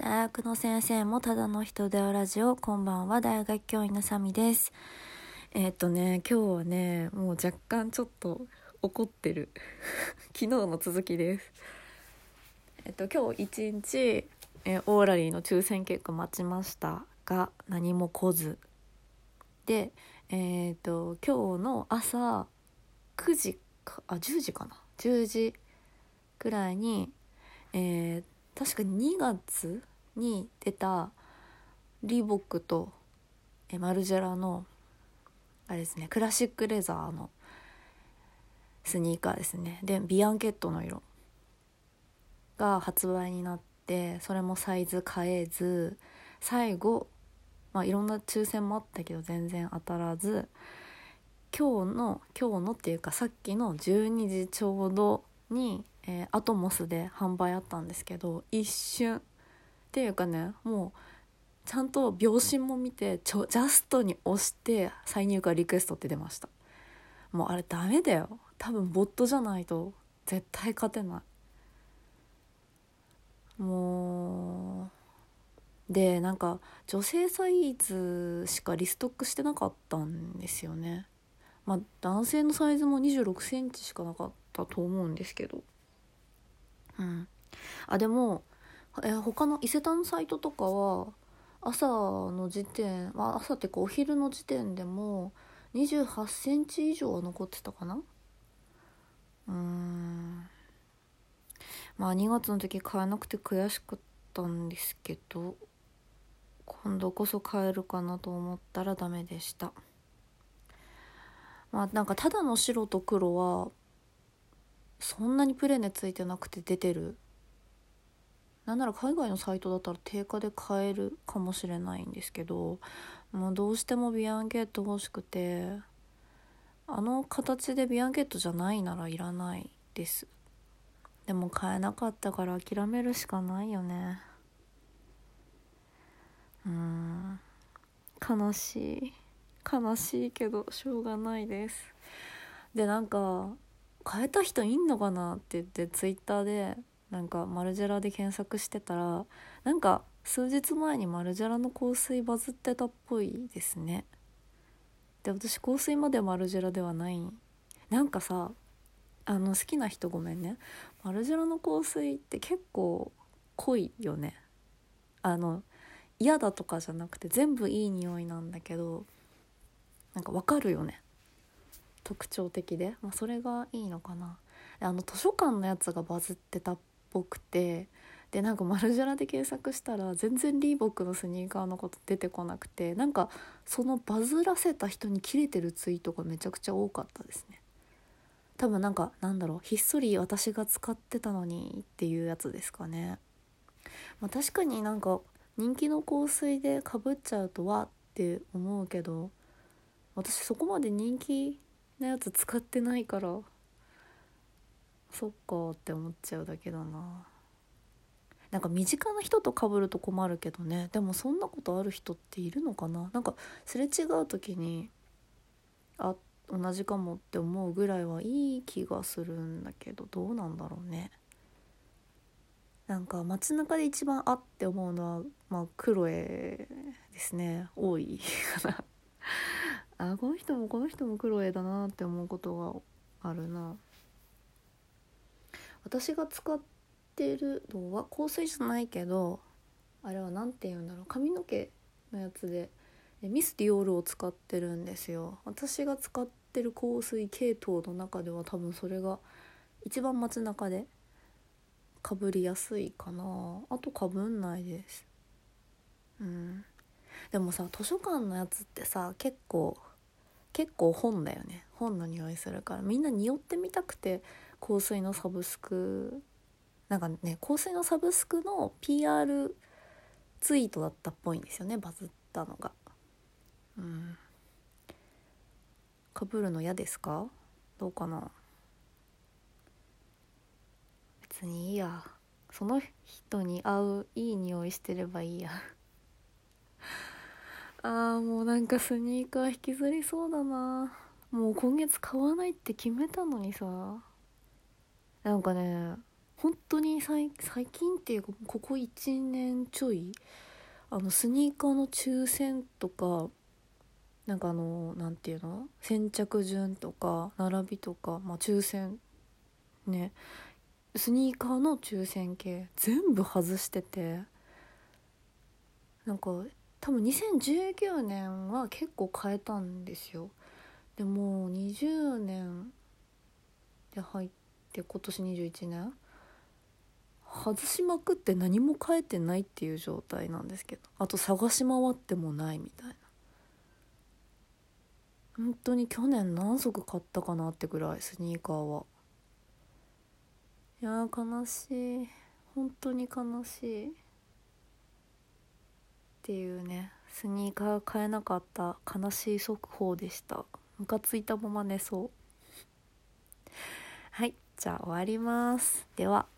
大学の先生もただの人ではラジオ。こんばんは、大学教員のサミです。今日はね、もう若干ちょっと怒ってる昨日の続きです。今日一日、オーラリーの抽選結果待ちましたが何も来ずで、今日の朝9時か10時かな10時くらいに、確か2月に出たリーボックとマルジェラのあれですね、クラシックレザーのスニーカーですね。でビアンケットの色が発売になって、それもサイズ変えず、最後いろんな抽選もあったけど全然当たらず、今日のっていうかさっきの12時ちょうどに、アトモスで販売あったんですけど、一瞬っていうかね、もうちゃんと秒針も見てジャストに押して再入荷リクエストって出ました。もうあれダメだよ、多分ボットじゃないと絶対勝てない。もうでなんか女性サイズしかリストックしてなかったんですよね。男性のサイズも26センチしかなかったと思うんですけど、でも、他の伊勢丹サイトとかは朝の時点、朝っていうかお昼の時点でも28センチ以上は残ってたかな。2月の時買えなくて悔しかったんですけど、今度こそ買えるかなと思ったらダメでした。なんかただの白と黒はそんなにプレネついてなくて出てる。なんなら海外のサイトだったら定価で買えるかもしれないんですけど、もうどうしてもビアンケット欲しくて、あの形でビアンケットじゃないならいらないです。でも買えなかったから諦めるしかないよね。悲しいけどしょうがないです。でなんか買えた人いんのかなって言ってツイッターでなんかマルジェラで検索してたら、なんか数日前にマルジェラの香水バズってたっぽいですね。で私香水までマルジェラではない。なんかさ、好きな人ごめんね、マルジェラの香水って結構濃いよね。嫌だとかじゃなくて全部いい匂いなんだけど、なんかわかるよね、特徴的で。それがいいのかな。図書館のやつがバズってたっぽくて、でなんかマルジェラで検索したら全然リーボックのスニーカーのこと出てこなくて、なんかそのバズらせた人にキレてるツイートがめちゃくちゃ多かったですね。多分ひっそり私が使ってたのにっていうやつですかね。確かになんか人気の香水で被っちゃうとはって思うけど、私そこまで人気なやつ使ってないから、そっかって思っちゃうだけだな。なんか身近な人と被ると困るけどね。でもそんなことある人っているのかな。なんかすれ違う時に同じかもって思うぐらいはいい気がするんだけど、どうなんだろうね。なんか街中で一番って思うのはクロエですね。多いかな。この人もクロエだなって思うことがあるな。私が使ってるのは香水じゃないけど、あれはなんて言うんだろう、髪の毛のやつでミスディオールを使ってるんですよ。私が使ってる香水系統の中では多分それが一番街中でかぶりやすいかな。あとかぶんないです。でもさ、図書館のやつってさ結構本だよね。本の匂いするから、みんな匂ってみたくて香水のサブスク、なんかね、香水のサブスクの PR ツイートだったっぽいんですよね、バズったのが。かぶるの嫌ですか？どうかな。別にいいや、その人に合ういい匂いしてればいいや。もうなんかスニーカー引きずりそうだな。もう今月買わないって決めたのにさ。なんかね、 本当に最近っていうかここ1年ちょいスニーカーの抽選とかなんかなんていうの先着順とか並びとか、抽選ね、スニーカーの抽選系全部外してて、なんか多分2019年は結構変えたんですよ。でも20年で入って今年21年外しまくって何も変えてないっていう状態なんですけど、あと探し回ってもないみたいな。本当に去年何足買ったかなってぐらいスニーカーは。いやー悲しい、本当に悲しいっていうね、スニーカー買えなかった悲しい速報でした。ムカついたまま寝そう。はい、じゃあ終わります。では。